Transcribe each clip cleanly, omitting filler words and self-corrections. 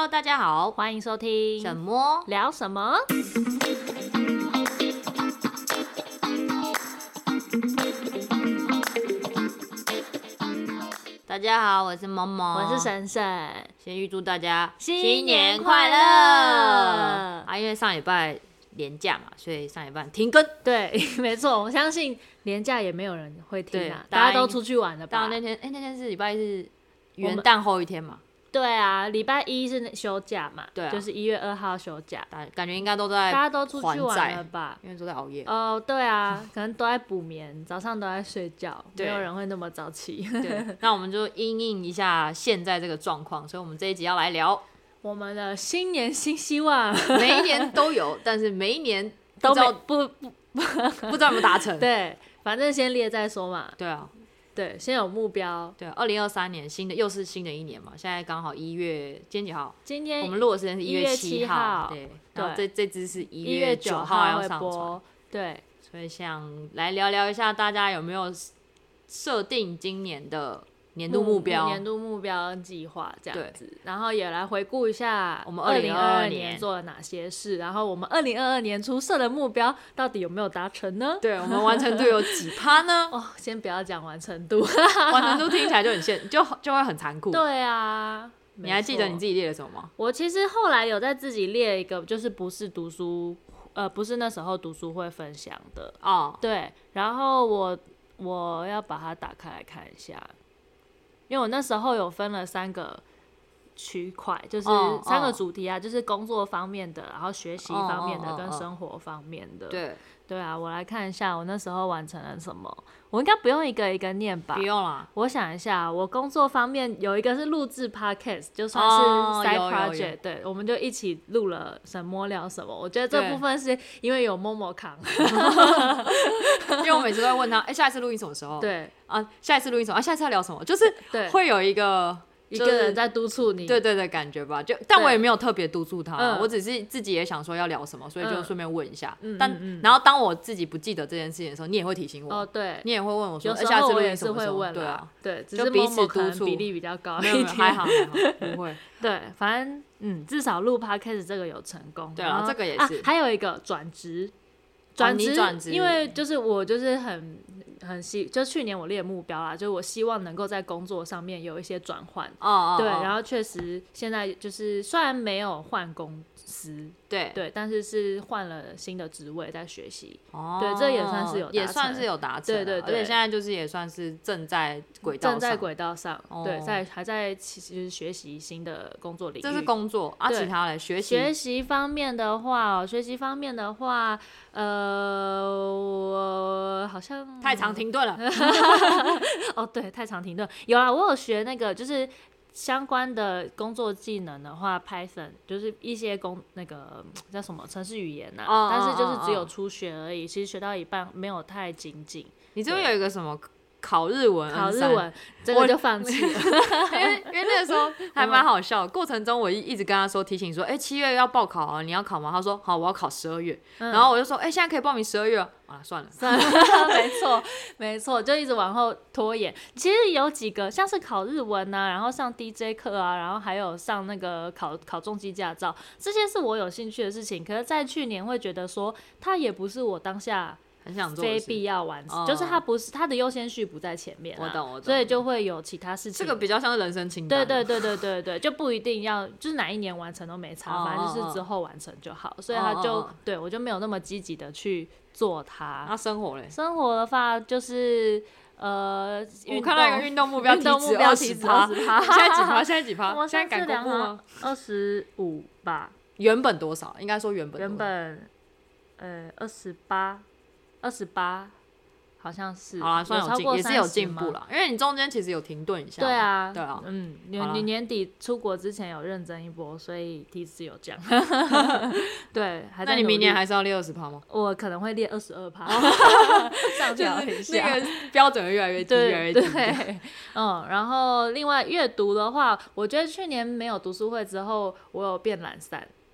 Hello， 大家好， 欢迎收听什么聊什么？ 大家好，我是萌萌， 我是沈沈， 先预祝大家新年快乐啊！因为上礼拜连假嘛，所以上礼拜停更。 对，没错，我相信连假也没有人会听啊，大家都出去玩了吧？ 到那天，那天是礼拜是元旦后一天嘛？ 对啊，礼拜一是休假嘛， 对啊， 就是1月2号休假， 感觉应该都在大家都出去玩了吧？ 因为都在熬夜。 哦，对啊，可能都在补眠，早上都在睡觉，没有人会那么早起。 对，那我们就因应一下现在这个状况，所以我们这一集要来聊我们的新年新希望， 每一年都有，但是每一年都不知道有没有达成。 对，反正先列再说嘛。 对啊。 对，先有目标。 对，2023年又是新的一年嘛，现在刚好1月，今天几号？ 今天我们录的时间是1月7号， 对， 然后这支是1 月 9号要上传，对， 所以想来聊聊一下，大家有没有设定今年的年度目标、 年度目标计划这样子，然后也来回顾一下我们2022 年做了哪些事，然后我们2022年初设的目标到底有没有达成呢？ 对，我们完成度有几%呢？ 哦，先不要讲完成度， 完成度听起来就很就会很残酷。 对啊， 你还记得你自己列了什么吗？ 我其实后来有在自己列一个，就是不是那时候读书会分享的哦，对，然后我要把它打开来看一下。因为我那时候有分了3个区块，就是3个主题啊，就是工作方面的，然后学习方面的，跟生活方面的。对啊，我来看一下我那时候完成了什么。我应该不用一个一个念吧？ 不用啦。 我想一下，我工作方面有一个是录制 podcast， 就算是 side project，对，我们就一起录了什么聊什么。我觉得这部分是因为有Momo扛， 因为我每次都会问他，下一次录音什么时候？ 对啊，下一次录音什么？下一次要聊什么？就是会有一个人在督促你， 对感觉吧，但我也没有特别督促他，我只是自己也想说要聊什么，所以就顺便问一下。然后当我自己不记得这件事情的时候，你也会提醒我。 哦，对， 你也会问我说， 下次录音什么时候？ 也是会问， 对啊，对，只是彼此督促，比例比较高一点。 还好，不会。 对，反正至少录 podcast 这个有成功。 对啊，这个也是。 还有一个转职，因为就是我就是就去年我列目标啦，就是我希望能够在工作上面有一些转换。对，然后确实现在就是虽然没有换公司，对，但是换了新的职位在学习。对，这也算是有达成， 对，而且现在就是也算是正在轨道上，对，还在其实学习新的工作领域。 这是工作啊，其他的学习方面的话，我好像太常停顿了。 哦，对，太常停顿。有啊，我有学那个就是相关的工作技能的话 ，Python 就是一些那个叫什么程式语言啊，但是就是只有初学而已，其实学到一半没有太精进。 你这边有一个什么？考日文， 这个就放弃了， 因为那个时候还蛮好笑的。过程中我一直跟他说提醒说，7月要报考啊，你要考吗？他说好，我要考12月。然后我就说，现在可以报名12月啊，算了， 没错，就一直往后拖延。其实有几个像是考日文啊，然后上 DJ 课啊，然后还有上那个考重机驾照，这些是我有兴趣的事情。可是，在去年会觉得说，它也不是我当下很想做非必要完成，就是它的优先序不在前面， 我懂， 所以就会有其他事情。 这个比较像是人生清单。 对，就不一定要，就是哪一年完成都没差，反正就是之后完成就好。所以他就对我就没有那么积极的去做它。 那生活嘞？ 生活的话就是我看到一个运动目标，体脂20%，现在几趴？ 我现在敢公布吗 ？25吧。 原本多少？应该说原本 28好像是。 好啦，算也是有进步啦，因为你中间其实有停顿一下。 对啊，你年底出国之前有认真一波，所以体脂有降。对，还在努力。 那你明年还是要列20%吗？ 我可能会列22%，上调一下， 那个标准越来越低，越来越低。 对，然后另外阅读的话，我觉得去年没有读书会之后，我有变懒散。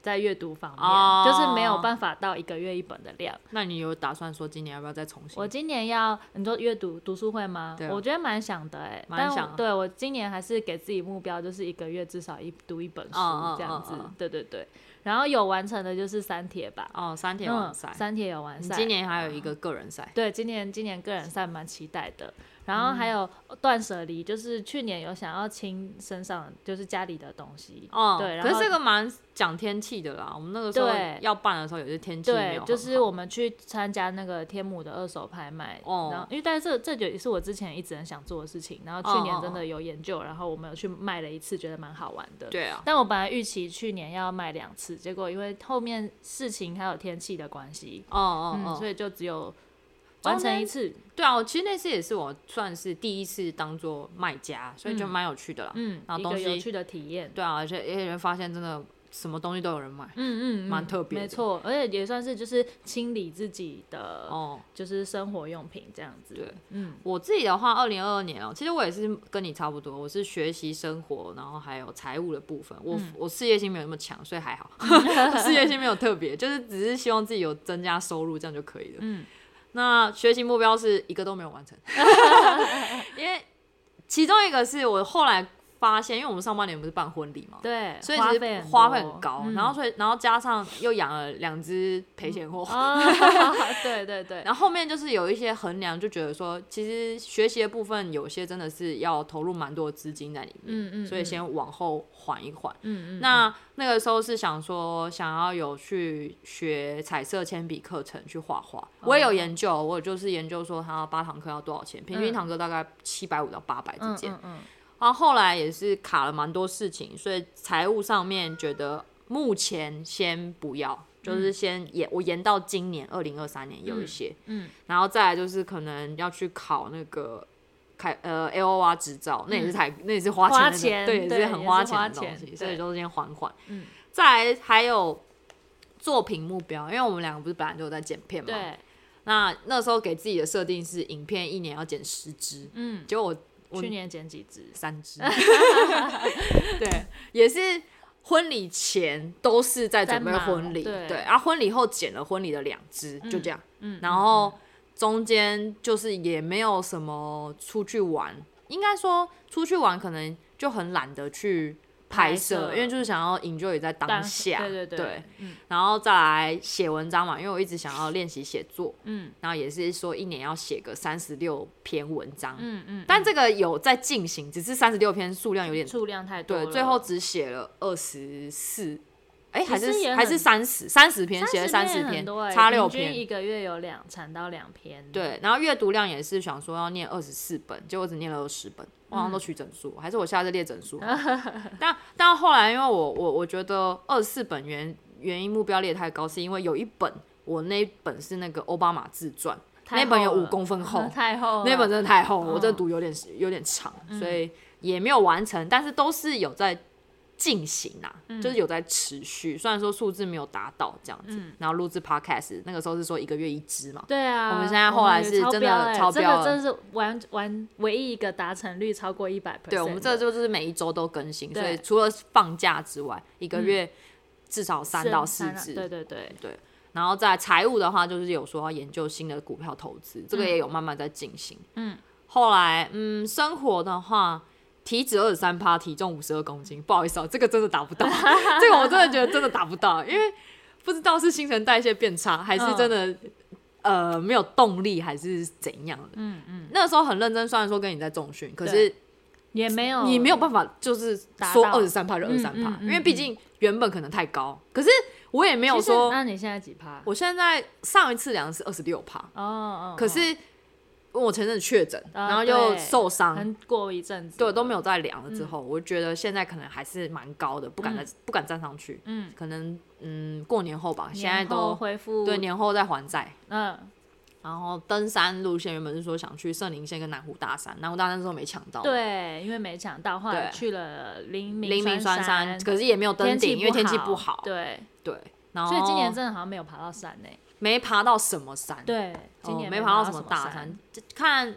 在阅读方面，就是没有办法到1个月1本的量。 那你有打算说今年要不要再重新？ 我今年你说读书会吗？我觉得蛮想的蛮想。对，我今年还是给自己目标，就是1个月至少读1本书这样子。对。然后有完成的就是3铁吧。 3铁完赛。 3铁有完赛。 今年还有一个个人赛。 对，今年个人赛蛮期待的。然后还有断舍离，就是去年有想要清身上就是家里的东西。对。 可是这个蛮讲天气的啦，我们那个时候要办的时候也是天气没有很好。 对，就是我们去参加那个天母的2手拍卖。然后因为但是这也是我之前一直很想做的事情，然后去年真的有研究，然后我们有去卖了1次，觉得蛮好玩的。 对啊。 但我本来预期去年要卖2次，结果因为后面事情还有天气的关系，所以就只有完成1次。 对啊，其实那次也是我算是第一次当做卖家，所以就蛮有趣的啦。然后东西一个有趣的体验。 对啊，而且也发现真的什么东西都有人买，蛮特别的。 没错，而且也算是就是清理自己的，就是生活用品这样子。 对，我自己的话，2022年其实我也是跟你差不多，我是学习生活，然后还有财务的部分。我事业心没有那么强，所以还好，事业心没有特别，就是只是希望自己有增加收入，这样就可以了。那学习目标是一个都没有完成，因为其中一个是我后来发现，因为我们上半年不是办婚礼嘛， 对， 所以其实花费很高，然后加上又养了2只赔钱货， 对， 然后后面就是有一些衡量，就觉得说，其实学习的部分有些真的是要投入蛮多的资金在里面，所以先往后缓一缓。那个时候是想说，想要有去学彩色铅笔课程去画画，我也有研究，我就是研究说他8堂课要多少钱，平均一堂课大概750到800之间。然后后来也是卡了蛮多事情，所以财务上面觉得目前先不要，就是我延到今年2023年有一些，然后再来就是可能要去考那个LOR 执照，那也是花钱的，对，也是很花钱的东西，所以就先缓缓。再来还有作品目标，因为我们2个不是本来就有在剪片嘛， 对， 那时候给自己的设定是影片1年要剪10支，结果我去年剪几支 ？3支。对，也是婚礼前都是在准备婚礼，对，然后婚礼后剪了婚礼的2支，就这样。然后中间就是也没有什么出去玩，应该说出去玩可能就很懒得去拍摄，因为就是想要 enjoy 在当下，对，然后再来写文章嘛，因为我一直想要练习写作，然后也是说1年要写个36篇文章，但这个有在进行，只是36篇数量太多了， 对，最后只写了24。还是30篇，写了30篇，差6篇， 平均1个月有产到2篇。 对，然后阅读量也是想说要念24本，结果只念了20本，我好像都取整数，还是我下次列整数。但后来因为我觉得24本原因目标列太高，是因为有一本我那一本是那个奥巴马自传，那本有5公分厚， 太厚了， 那本真的太厚，我真的读有点长，所以也没有完成，但是都是有在进行就是有在持续，虽然说数字没有达到这样子，然后录制 podcast 那个时候是说1个月1支嘛， 对啊， 我们现在后来是真的超标了， 这个真是唯一一个达成率超过100%， 对，我们这就是每一周都更新，所以除了放假之外，1个月至少3到4支，对。然后在财务的话，就是有说要研究新的股票投资，这个也有慢慢在进行。后来生活的话。体脂23%，体重52公斤，不好意思这个真的达不到，这个我真的觉得真的达不到，因为不知道是新陈代谢变差，还是真的没有动力，还是怎样的。那个时候很认真，虽然说跟你在重训，可是也没有， 你没有办法就是说23%就23%，因为毕竟原本可能太高，可是我也没有说。 那你现在几趴？ 我现在上一次量是26%，可是。我前阵子确诊，然后又受伤， 过一阵子， 对，都没有再量了。之后，我就觉得现在可能还是蛮高的，不敢站上去。可能过年后吧，现在都恢复， 对，年后再还债。然后登山路线原本是说想去圣林线跟南湖大山，南湖大山之后没抢到， 对，因为没抢到，后来去了黎明酸山，可是也没有登顶，因为天气不好。 对， 然后所以今年真的好像没有爬到山没爬到什么山， 对，今年没爬到什么大山，看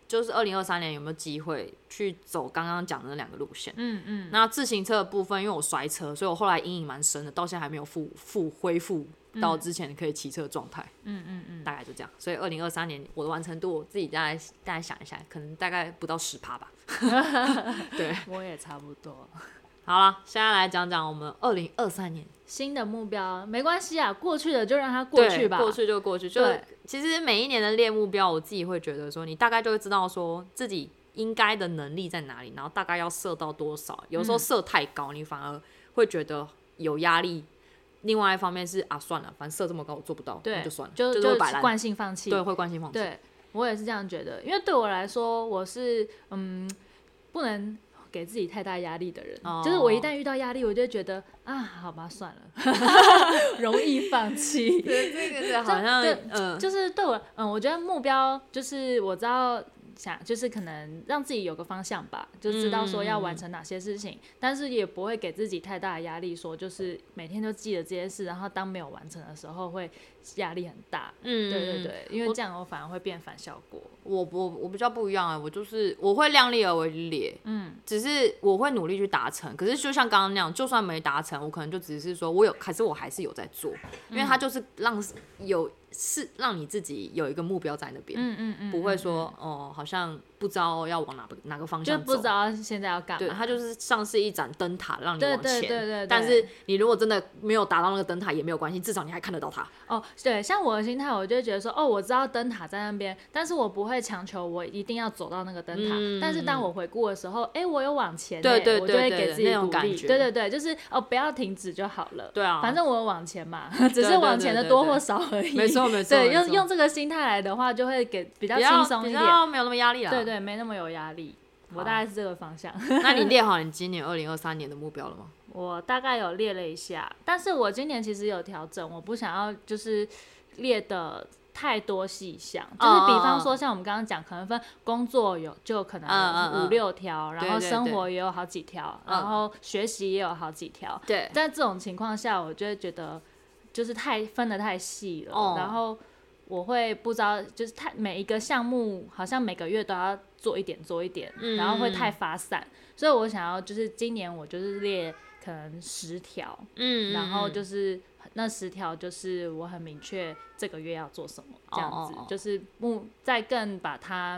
就是2023年有没有机会去走刚刚讲的那2个路线。那自行车的部分，因为我摔车，所以我后来阴影蛮深的，到现在还没有恢复到之前可以骑车的状态。大概就这样。所以2023年我的完成度，我自己大概想一下，可能大概不到10%吧。对， 我也差不多。 好了，现在来讲讲我们2023年新的目标。没关系啊，过去的就让它过去吧。 过去就过去。就其实每一年的列目标，我自己会觉得说，你大概就会知道说自己应该的能力在哪里，然后大概要设到多少。有时候设太高，你反而会觉得有压力。另外一方面是算了，反正设这么高我做不到，那就算了， 就摆烂， 惯性放弃。 对，会惯性放弃。 对，我也是这样觉得，因为对我来说，我是不能给自己太大压力的人。就是我一旦遇到压力，我就会觉得好吧，算了，容易放弃。 对，这个好像就是对我觉得目标就是我知道。就是可能让自己有个方向吧，就知道说要完成哪些事情，但是也不会给自己太大的压力，说就是每天都记得这些事，然后当没有完成的时候会压力很大。对，因为这样我反而会变反效果。 我比较不一样我会量力而为列，只是我会努力去达成。可是就像刚刚那样，就算没达成，我可能就只是说我还是有在做，因为它就是是让你自己有一个目标在那边，不会说好像不知道要往哪个方向走， 就不知道现在要干嘛。 对，它就是像是一盏灯塔，让你往前。 对。 但是你如果真的没有达到那个灯塔也没有关系，至少你还看得到它。 对，像我的心态，我就会觉得说，我知道灯塔在那边，但是我不会强求我一定要走到那个灯塔。但是当我回顾的时候，我有往前， 对， 我就会给自己鼓励。 对， 就是不要停止就好了。 对啊， 反正我有往前嘛，只是往前的多或少而已。 没错。 对，用这个心态来的话，就会给比较轻松一点， 比较没有那么压力啦。 对，没那么有压力。我大概是这个方向。 那你列好你今年2023年的目标了吗？ 我大概有列了一下，但是我今年其实有调整，我不想要就是列的太多细项，就是比方说像我们刚刚讲，可能分工作就可能5、6条，然后生活也有好几条，然后学习也有好几条。 对， 在这种情况下，我就会觉得就是分得太细了，然后我会不知道，就是每一个项目好像每个月都要做一点，然后会太发散，所以我想要就是今年我就是列可能10条，然后就是那10条就是我很明确这个月要做什么，这样子就是再更把它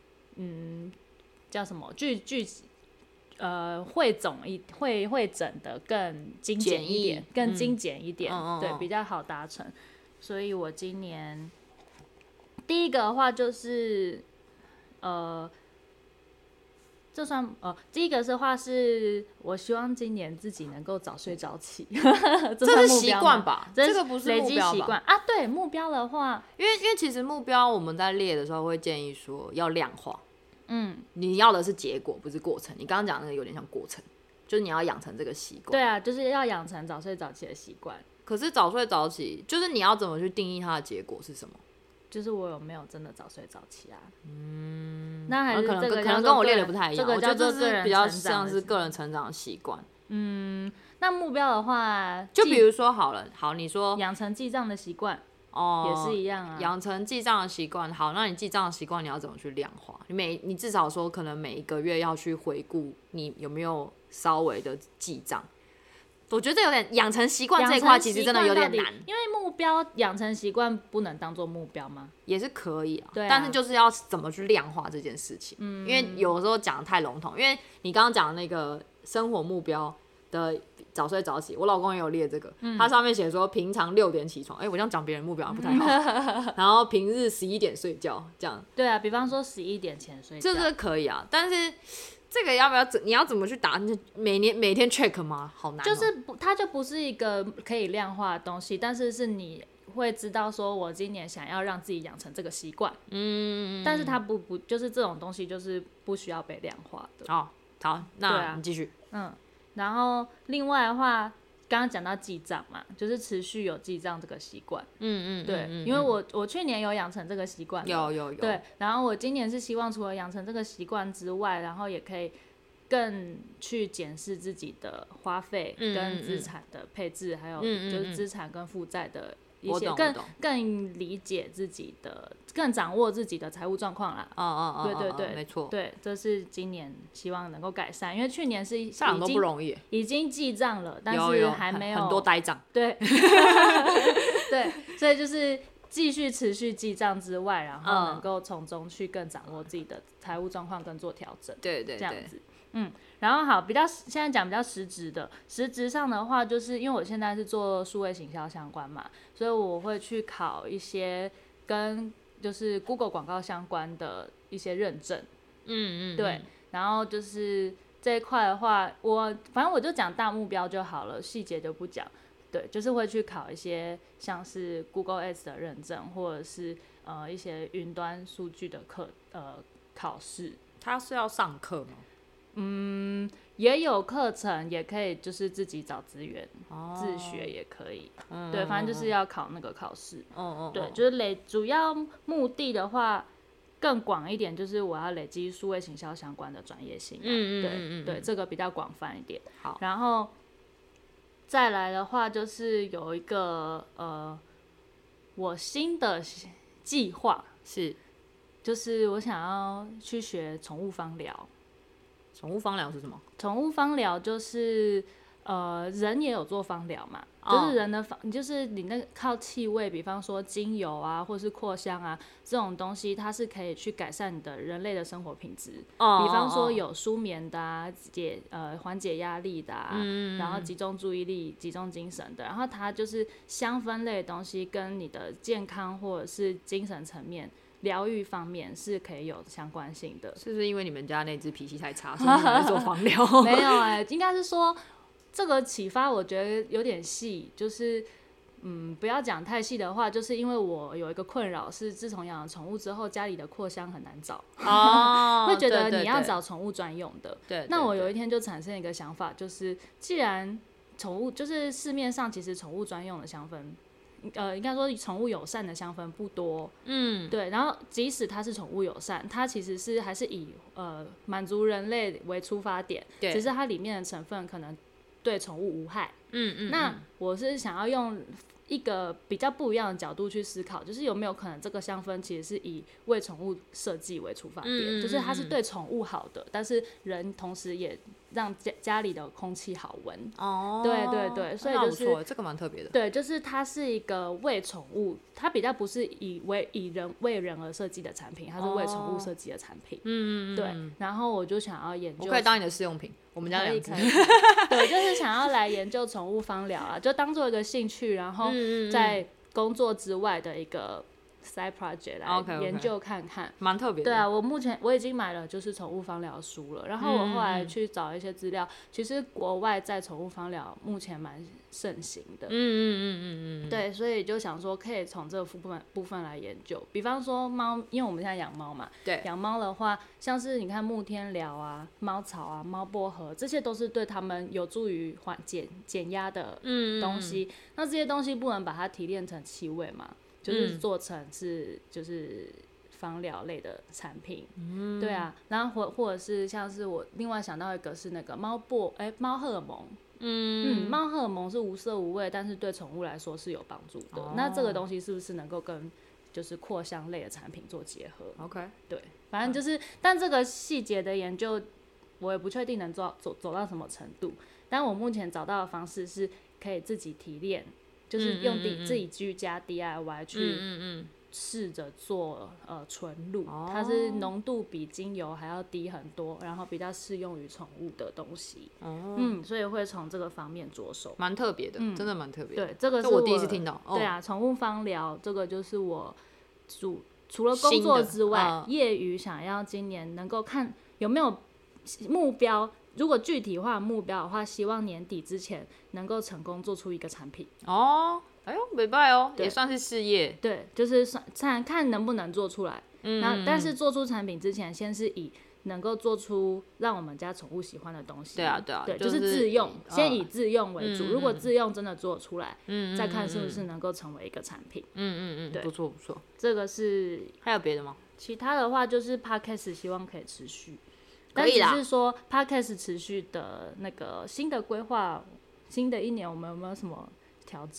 叫什么汇整的更精简一点，更精简一点，对，比较好达成。所以我今年第一个的话就是这算第一个的话是我希望今年自己能够早睡早起， 这是习惯吧？这个不是累目标吧？ 积习惯啊。对，目标的话， 因为其实目标我们在列的时候会建议说要量化，你要的是结果不是过程。你刚刚讲那个有点像过程，就是你要养成这个习惯。 对啊，就是要养成早睡早起的习惯。 可是早睡早起，就是你要怎么去定义它的结果是什么？ 就是我有没有真的早睡早起啊？那还是这个可能跟我列的不太一样。我觉得这是比较像是个人成长的习惯。 那目标的话， 就比如说好，你说养成记账的习惯，也是一样啊。 养成记账的习惯，好，那你记账的习惯你要怎么去量化？你至少说可能每一个月要去回顾，你有没有稍微的记账？我觉得有点养成习惯这一块，其实真的有点难。 因为目标养成习惯不能当做目标吗？ 也是可以啊， 对啊， 但是就是要怎么去量化这件事情。因为有时候讲的太笼统，因为你刚刚讲的那个生活目标的早睡早起，我老公也有列这个，他上面写说平常6点起床，我这样讲别人目标不太好，然后平日11点睡觉，这样。 对啊，比方说11点前睡觉， 这个可以啊，但是。这个你要怎么去打？每天 check 吗？好难就是它就不是一个可以量化的东西，但是你会知道说，我今年想要让自己养成这个习惯。但是它不就是这种东西，就是不需要被量化的。 好，那你继续。 然后另外的话。刚刚讲到记账嘛，就是持续有记账这个习惯。对，因为我去年有养成这个习惯， 有。 对，然后我今年是希望除了养成这个习惯之外，然后也可以更去检视自己的花费跟资产的配置，还有就是资产跟负债的一些更理解自己的，更掌握自己的财务状况啦。对对对， 没错。 对，这是今年希望能够改善，因为去年是上都不容易， 已经记账了，但是还没有很多呆账。 对，对，所以就是继续持续记账之外，然后能够从中去更掌握自己的财务状况，跟做调整。 对对对， 这样子。然后好，现在讲比较实质上的话，就是因为我现在是做数位行销相关嘛，所以我会去考一些跟就是 Google 广告相关的一些认证。对，然后就是这一块的话，反正我就讲大目标就好了，细节就不讲。对，就是会去考一些像是 Google Ads 的认证，或者是一些云端数据的考试。 他是要上课吗？ 也有课程，也可以就是自己找资源，自学也可以。对，反正就是要考那个考试。对，就是主要目的的话更广一点，就是我要累积数位行销相关的专业性。对，这个比较广泛一点。 好， 然后再来的话，就是有一个我新的计划就是我想要去学宠物芳疗。 宠物芳疗是什么？ 宠物芳疗就是人也有做芳疗嘛，就是人的就是你那个靠气味，比方说精油啊，或是扩香啊这种东西，它是可以去改善你的人类的生活品质。比方说有舒眠的啊，缓解压力的啊，然后集中注意力、集中精神的，然后它就是香氛类的东西，跟你的健康或者是精神层面。疗愈方面是可以有相关性的。 是不是因为你们家那只脾气太差，所以你们在做芳疗？ 没有应该是说这个启发我觉得有点细，就是不要讲太细的话，就是因为我有一个困扰是，自从养了宠物之后，家里的扩香很难找。会觉得你要找宠物专用的。 对。 那我有一天就产生一个想法，就是既然宠物就是市面上其实宠物专用的香氛。应该说宠物友善的香氛不多。对。然后即使它是宠物友善，它其实还是以满足人类为出发点，只是它里面的成分可能对宠物无害。那我是想要用一个比较不一样的角度去思考，就是有没有可能这个香氛其实是以为宠物设计为出发点，就是它是对宠物好的，但是人同时也让家里的空气好闻。对对对，所以就是这个蛮特别的。 对，就是它是一个为宠物，它比较不是为人而设计的产品，它是为宠物设计的产品。对。然后我就想要研究， 我可以当你的试用品，我们家2只。 对，就是想要来研究宠物芳疗啊，就当做一个兴趣，然后在工作之外的一个side project 来研究看看， 蛮特别的。 对啊，我已经买了就是宠物芳疗书了，然后我后来去找一些资料，其实国外在宠物芳疗目前蛮盛行的。对，所以就想说可以从这个部分来研究，比方说猫，因为我们现在养猫嘛， 对， 养猫的话，像是你看木天蓼啊、猫草啊、猫薄荷，这些都是对它们有助于减压的东西。那这些东西不能把它提炼成气味嘛？就是做成就是芳疗类的产品。对啊，然后或者是像是我另外想到一个是那个猫荷尔蒙。猫荷尔蒙是无色无味，但是对宠物来说是有帮助的。那这个东西是不是能够跟就是扩香类的产品做结合 ？OK， 对，反正就是，但这个细节的研究我也不确定能走到什么程度。但我目前找到的方式是可以自己提炼。就是用自己居家 DIY 去试着做纯露，它是浓度比精油还要低很多，然后比较适用于宠物的东西。所以会从这个方面着手， 蛮特别的，真的蛮特别的。 对，这个是我第一次听到。 对啊，宠物芳疗这个就是我除了工作之外，业余想要今年能够看有没有目标。如果具体化目标的话，希望年底之前能够成功做出一个产品。 哎呦，没败哦，也算是事业。 对，就是看能不能做出来。但是做出产品之前，先是以能够做出让我们家宠物喜欢的东西。 对啊， 就是自用，先以自用为主。如果自用真的做出来，再看是不是能够成为一个产品。 对，不错不错。 这个是还有别的吗？ 其他的话就是 Podcast 希望可以持续。但只是说 Podcast 持续的那个新的规划，新的一年我们有没有什么调整？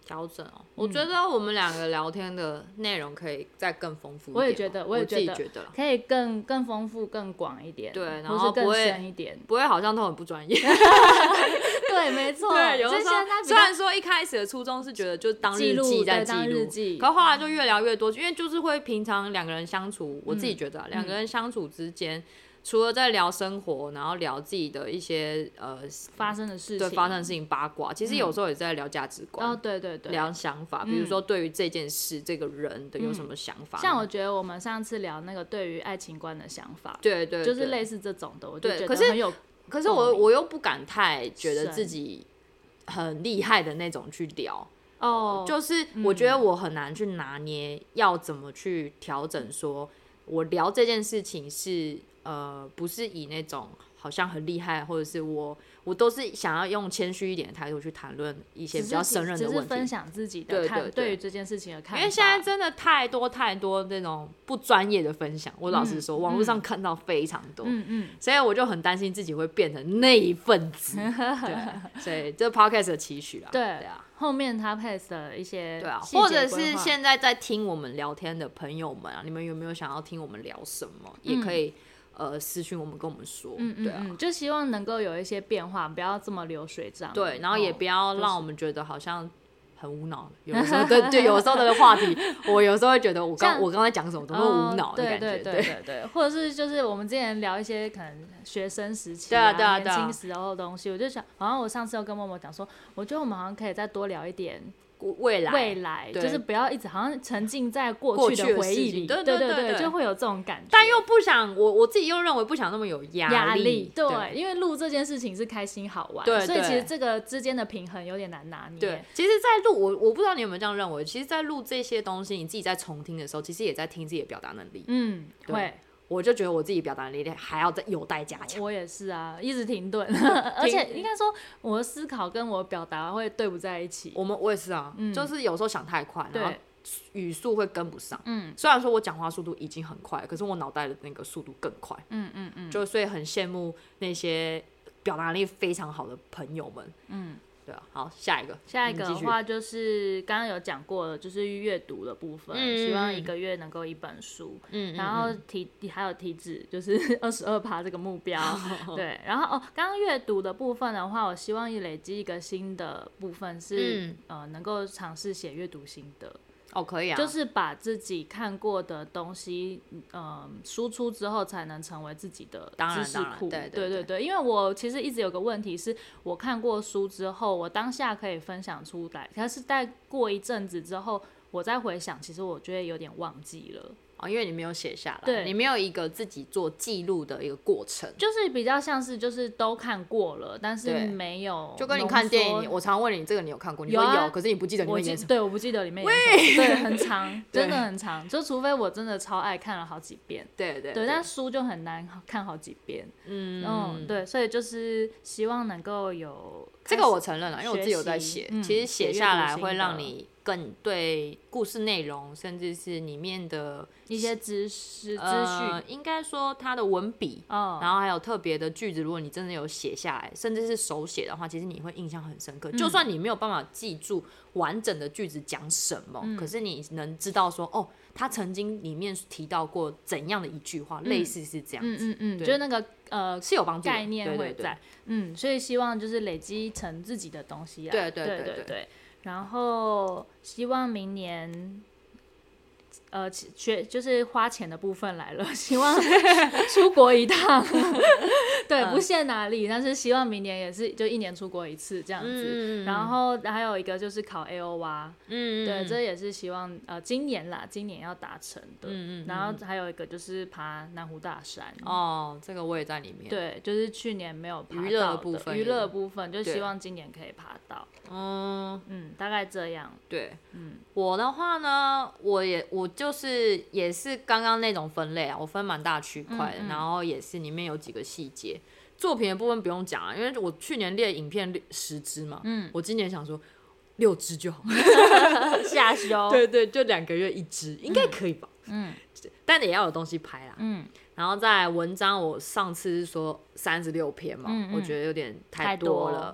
调整哦，我觉得我们两个聊天的内容可以再更丰富一点。 我也觉得， 我自己觉得可以更丰富、更广一点， 对，然后更深一点， 不会好像都很不专业。 对，没错。 对，有的时候虽然说一开始的初衷是觉得就当日记在记录，可后来就越聊越多，因为就是会平常两个人相处，我自己觉得两个人相处之间。除了在聊生活，然后聊自己的一些发生的事情， 对发生的事情八卦，其实有时候也在聊价值观， 对对对， 聊想法，比如说对于这件事、这个人的有什么想法。 像我觉得我们上次聊那个对于爱情观的想法， 对对， 就是类似这种的，我就觉得很有。 可是我又不敢太觉得自己很厉害的那种去聊。就是我觉得我很难去拿捏要怎么去调整，说我聊这件事情是不是以那种好像很厉害，或者是我都是想要用谦虚一点的态度去谈论一些比较深入的问题， 只是分享自己的对于这件事情的看法。 因为现在真的太多那种不专业的分享，我老实说，网络上看到非常多，所以我就很担心自己会变成那一份子。对，所以这 podcast 的期许啦， 对啊，后面 podcast 的一些对啊，或者是现在在听我们聊天的朋友们啊，你们有没有想要听我们聊什么，也可以。私讯我们跟我们说，对啊， 就希望能够有一些变化，不要这么流水账。 对，然后也不要让我们觉得好像很无脑。有的时候对，有时候的话题，我有时候会觉得我刚才讲什么都是无脑的感觉。 对，或者是就是我们之前聊一些可能学生时期年轻时候的东西，我就想，好像我上次又跟默默讲说，我觉得我们好像可以再多聊一点。未来就是不要一直好像沉浸在过去的回忆里，对，就会有这种感觉。 但又不想，我自己又认为不想那么有压力。 对，因为录这件事情是开心好玩，所以其实这个之间的平衡有点难拿捏。 对，其实，在录我不知道你有没有这样认为，其实，在录这些东西，你自己在重听的时候，其实也在听自己的表达能力。会。我就觉得我自己表达能力还要再有待加强。 我也是啊，一直停顿，而且应该说我的思考跟我的表达会对不在一起。 我也是啊，就是有时候想太快，然后语速会跟不上。虽然说我讲话速度已经很快，可是我脑袋的那个速度更快。就所以很羡慕那些表达能力非常好的朋友们。对啊，好，下一个的话就是刚刚有讲过的，就是阅读的部分，希望1个月能够1本书，然后还有体脂就是22%这个目标，对，然后刚刚阅读的部分的话，我希望累积一个新的部分是能够尝试写阅读心得。 可以啊， 就是把自己看过的东西，输出之后才能成为自己的知识库。对，因为我其实一直有个问题是，我看过书之后，我当下可以分享出来，可是再过一阵子之后，我再回想，其实我觉得有点忘记了。 因为你没有写下来，对，你没有一个自己做记录的一个过程， 就是比较像是就是都看过了，但是没有， 就跟你看电影，我常问你这个你有看过，你说有，可是你不记得里面演什么， 对，我不记得里面演什么，对，很长，真的很长，就除非我真的超爱看了好几遍， 对， 但书就很难看好几遍，对，所以就是希望能够有这个我承认了，因为我自己有在写，其实写下来会让你更对故事内容，甚至是里面的一些资讯， 应该说它的文笔，然后还有特别的句子，如果你真的有写下来，甚至是手写的话，其实你会印象很深刻。就算你没有办法记住完整的句子讲什么，可是你能知道说，他曾经里面提到过怎样的一句话，类似是这样子， 就是那个是有帮助的概念会在，所以希望就是累积成自己的东西啊，对。然后希望明年，就是花钱的部分来了，希望出国一趟，对，不限哪里，但是希望明年也是就1年出国1次这样子。然后还有一个就是考 AOR，对，这也是希望今年要达成的。然后还有一个就是爬南湖大山。 这个我也在里面。 对，就是去年没有爬到的娱乐部分，就希望今年可以爬到。大概这样。 对，我的话呢，我就是也是刚刚那种分类啊，我分蛮大区块的，然后也是里面有几个细节。作品的部分不用讲啊，因为我去年列影片10支嘛，我今年想说6支就好， 下修。 对，就2个月1支，应该可以吧？但也要有东西拍啦。然后在文章，我上次是说36篇嘛，我觉得有点太多了。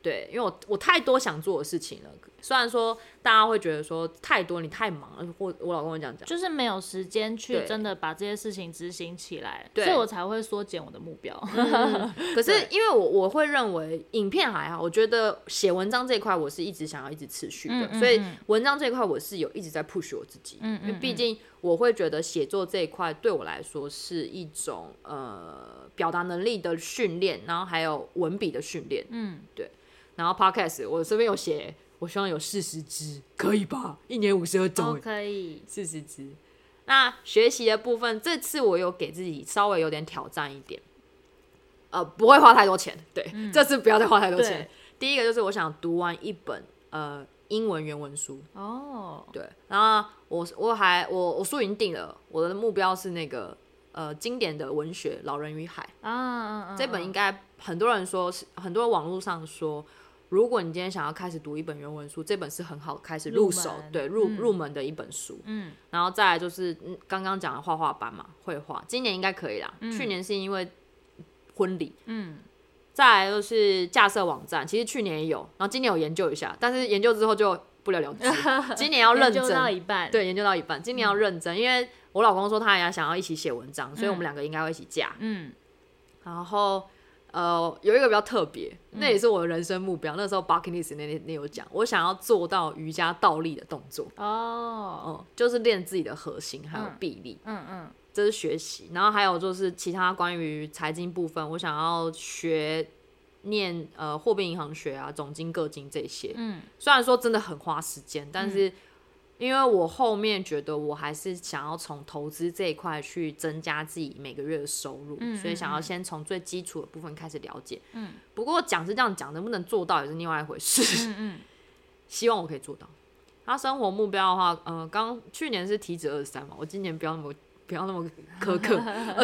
对，因为我太多想做的事情了。虽然说大家会觉得说太多，你太忙了，或我老公会这样讲， 就是没有时间去真的把这些事情执行起来，所以我才会缩减我的目标。 可是因为我会认为影片还好，我觉得写文章这一块我是一直想要一直持续的，所以文章这一块我是有一直在 push 我自己，因为毕竟我会觉得写作这一块对我来说是一种表达能力的训练，然后还有文笔的训练，对。然后 podcast 我这边有写，我希望有40支，可以吧？1年52周， 可以 40支。那学习的部分，这次我有给自己稍微有点挑战一点，不会花太多钱，对，这次不要再花太多钱。第一个就是我想读完一本英文原文书，对，然后我书已经定了，我的目标是那个经典的文学《老人与海》这本应该很多人说，很多网络上说，如果你今天想要开始读一本原文书，这本是很好开始入手，对，入门的一本书。然后再来就是刚刚讲的画画班嘛，绘画，今年应该可以啦。去年是因为婚礼。再来就是架设网站，其实去年也有，然后今年有研究一下，但是研究之后就不了了之。今年要认真， 研究到一半， 对，研究到一半，今年要认真，因为我老公说他也想要一起写文章，所以我们2个应该会一起架。然后有一个比较特别，那也是我的人生目标。那时候 bucket list 那有讲，我想要做到瑜伽倒立的动作。就是练自己的核心还有臂力。这是学习。然后还有就是其他关于财经部分，我想要念货币银行学啊、总经、个经这些。虽然说真的很花时间，但是因为我后面觉得我还是想要从投资这一块去增加自己每个月的收入，所以想要先从最基础的部分开始了解。不过讲是这样讲，能不能做到也是另外一回事。希望我可以做到。他生活目标的话，去年是体脂23嘛，我今年不要那么苛刻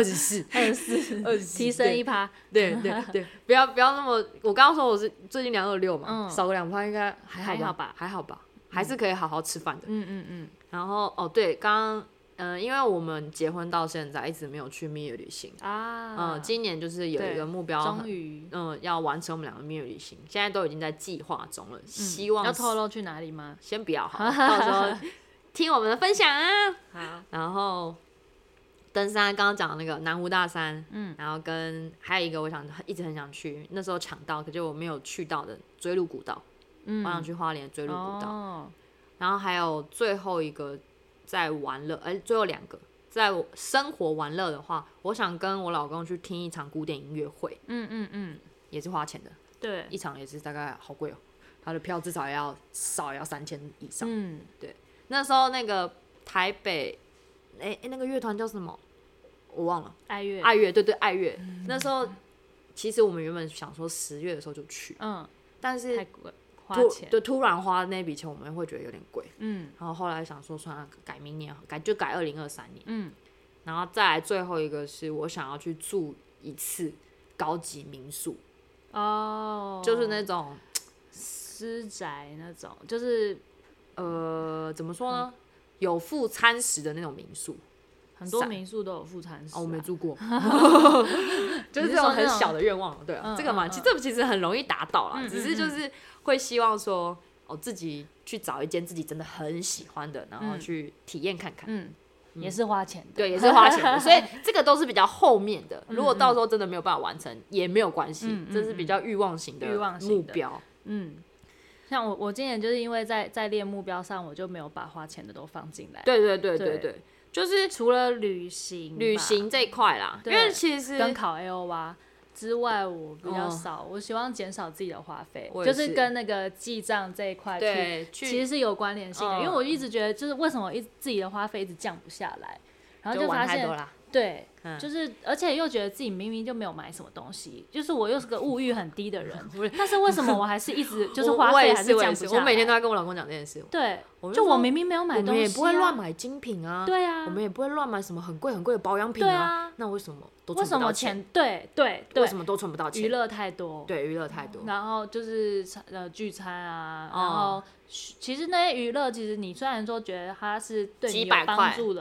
，24， 提升1%。 对，不要那么。我刚刚说我是最近226嘛，少个2%应该还好吧？还好吧，还是可以好好吃饭的。然后对，因为我们结婚到现在一直没有去蜜月旅行今年就是有一个目标， 终于要完成我们2个蜜月旅行，现在都已经在计划中了。希望要透露去哪里吗？ 先不要好，到时候听我们的分享啊。 好， 然后登山刚刚讲的那个南湖大山，然后还有一个我一直很想去，那时候抢到，可是我没有去到的追鹿古道，我想去花莲追鹿古道。然后还有最后一个在玩乐，最后2个在生活玩乐的话，我想跟我老公去听一场古典音乐会，也是花钱的， 对， 一场也是大概好贵哦，他的票至少少要3000以上，对。那时候那个台北，那个乐团叫什么？我忘了。爱乐，对，爱乐。那时候其实我们原本想说10月的时候就去，但是太贵，花钱， 对，突然花那笔钱，我们会觉得有点贵，然后后来想说算了，改明年，改2023年，然后再来最后一个是我想要去住一次高级民宿，就是那种私宅那种，就是怎么说呢？有附餐食的那种民宿， 很多民宿都有附餐食。 我没住过，就是这种很小的愿望。对啊，这个嘛，其实很容易达到啦，只是就是会希望说，自己去找一间自己真的很喜欢的，然后去体验看看。 也是花钱的， 对，也是花钱的，所以这个都是比较后面的。如果到时候真的没有办法完成，也没有关系，这是比较欲望型的目标。 像我今年就是因为在列目标上，我就没有把花钱的都放进来。 对，就是除了旅行这一块啦，因为其实跟考 AOA 之外，我比较少，我希望减少自己的花费，就是跟那个记账这一块其实是有关联性的。因为我一直觉得，就是为什么自己的花费一直降不下来，然后就发现对，就是而且又觉得自己明明就没有买什么东西，就是我又是个物欲很低的人，但是为什么我还是一直就是花费还是降不下来？ 我每天都在跟我老公讲这件事。 对，就我明明没有买东西，我们也不会乱买精品啊， 对啊， 我们也不会乱买什么很贵的保养品啊，那为什么都存不到钱？ 对， 为什么都存不到钱？ 娱乐太多， 对，娱乐太多， 然后就是聚餐啊，然后其实那些娱乐，其实你虽然说觉得它是对你有帮助的， 对。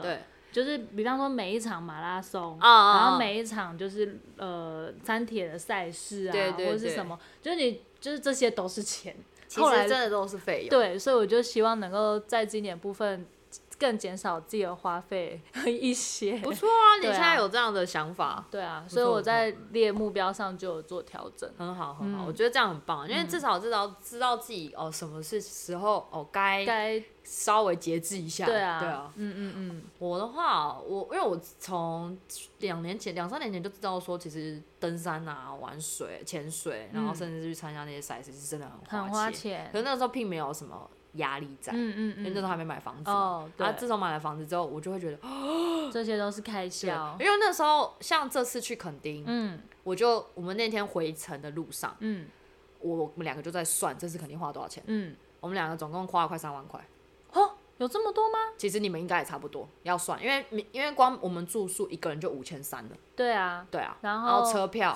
就是比方说每一场马拉松，然后每一场就是三铁的赛事啊， 对对对， 或者是什么，就是这些都是钱， 其实真的都是费用。 对，所以我就希望能够在今年部分更减少自己的花费一些。 不错啊，你现在有这样的想法。 对啊，所以我在列目标上就有做调整。 很好很好，我觉得这样很棒，因为至少知道自己什么是时候该稍微节制一下。 对啊， 对啊，我的话，因为我从2-3年前就知道说，其实登山啊、玩水、潜水，然后甚至去参加那些赛事，是真的很花钱。可是那个时候并没有什么压力在，因为那时候还没买房子嘛。然后自从买了房子之后，我就会觉得这些都是开销。 因为那时候像这次去垦丁，我们那天回程的路上，我们2个就在算这次垦丁花了多少钱。我们2个总共花了快3万块。 有这么多吗？ 其实你们应该也差不多要算，因为光我们住宿1个人就5300了。 对啊， 然后车票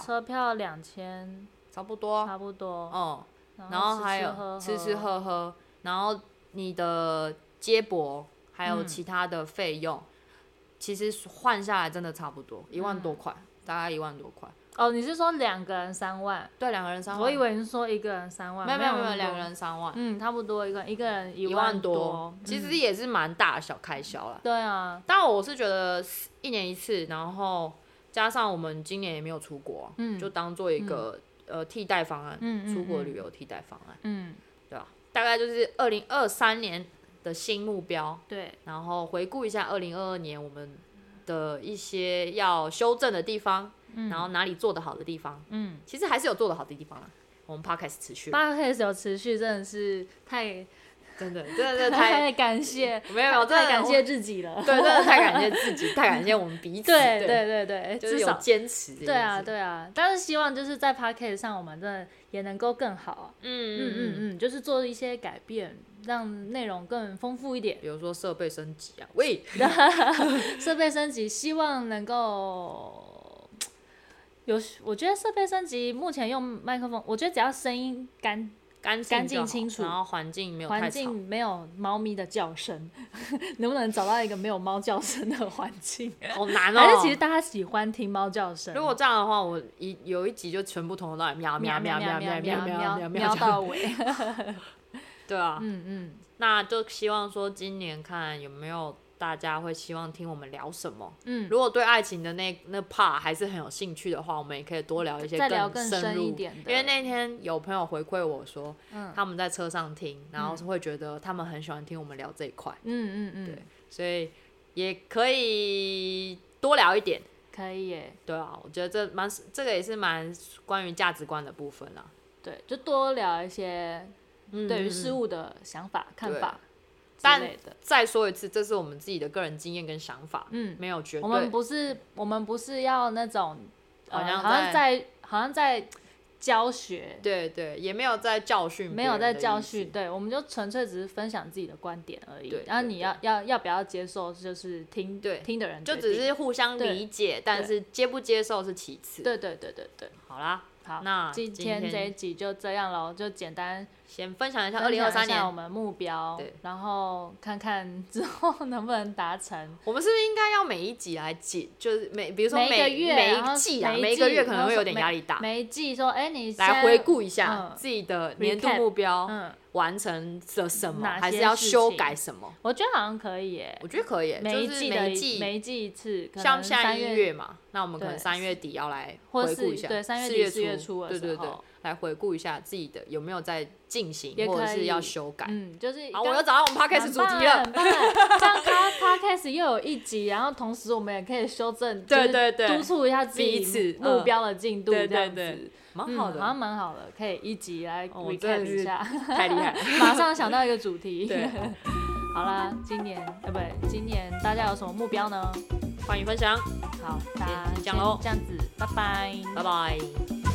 2000， 差不多。然后还有吃喝，然后你的接驳还有其他的费用，其实换下来真的差不多1万多块，大概1万多块。 你是说2个人3万？ 对，2个人3万。 我以为你是说1个人3万。 没有，2个人3万。 差不多一个人1 万多，其实也是蛮大的小开销啦。 对啊。 当然我是觉得1年1次，然后加上我们今年也没有出国，就当做一个替代方案，出国旅游替代方案。对吧？大概就是2023年的新目标。对。然后回顾一下2022年我们的一些要修正的地方。然后哪里做得好的地方，其实还是有做得好的地方啦。我们 podcast 持续 ，podcast 有持续，真的是真的太感谢， 没有太感谢自己了。 对，真的太感谢自己，太感谢我们彼此。 对， 就是有坚持。 对啊，但是希望就是在 podcast 上，我们真的也能够更好。就是做一些改变，让内容更丰富一点。 比如说设备升级啊， 设备升级，希望能够。我觉得设备升级，目前用麦克风，我觉得只要声音干净清楚， 然后环境没有太吵， 环境没有猫咪的叫声，能不能找到一个没有猫叫声的环境？ 好难哦！ 还是其实大家喜欢听猫叫声？ 如果这样的话，我有一集就全部从头到尾喵喵喵喵喵喵喵到尾。 对啊，那就希望说今年看有没有。大家会希望听我们聊什么？如果对爱情的那 part 还是很有兴趣的话，我们也可以多聊一些更深入一点的。 因为那天有朋友回馈我说，他们在车上听，然后会觉得他们很喜欢听我们聊这一块。对，所以也可以多聊一点。 可以耶。对啊，我觉得这个也是蛮关于价值观的部分啦。 对，就多聊一些对于事物的想法、看法。 但再说一次，这是我们自己的个人经验跟想法，没有绝对。 我们不是要那种好像在教学， 对，也没有在教训， 没有在教训，对，我们就纯粹只是分享自己的观点而已。然后你要不要接受，就是听的人就只是互相理解，但是接不接受是其次。 对， 好啦。 好，那今天这一集就这样咯，就简单先分享一下2023年我们目标，然后看看之后能不能达成。 我们是不是应该要每一集来解，就是比如说每一季啊，每一个月可能会有点压力大。 每一季说，你来回顾一下自己的年度目标，完成了什么，还是要修改什么？ 我觉得好像可以耶。 我觉得可以耶， 每一季一次， 像现在1月嘛，那我们可能3月底要来回顾一下， 对，3月底4月初的时候，来回顾一下自己的有没有在进行，或者是要修改。 就是好，我又找到我们 podcast 主题了。 这样podcast 又有一集，然后同时我们也可以修正，对，督促一下自己目标的进度，这样子。 蛮好的， 好像蛮好的，可以一集来 recap 一下， 太厉害了， 马上想到一个主题。 对， 好啦，今年大家有什么目标呢？ 欢迎分享。 好，大家讲喽， 这样子，拜拜， 拜拜。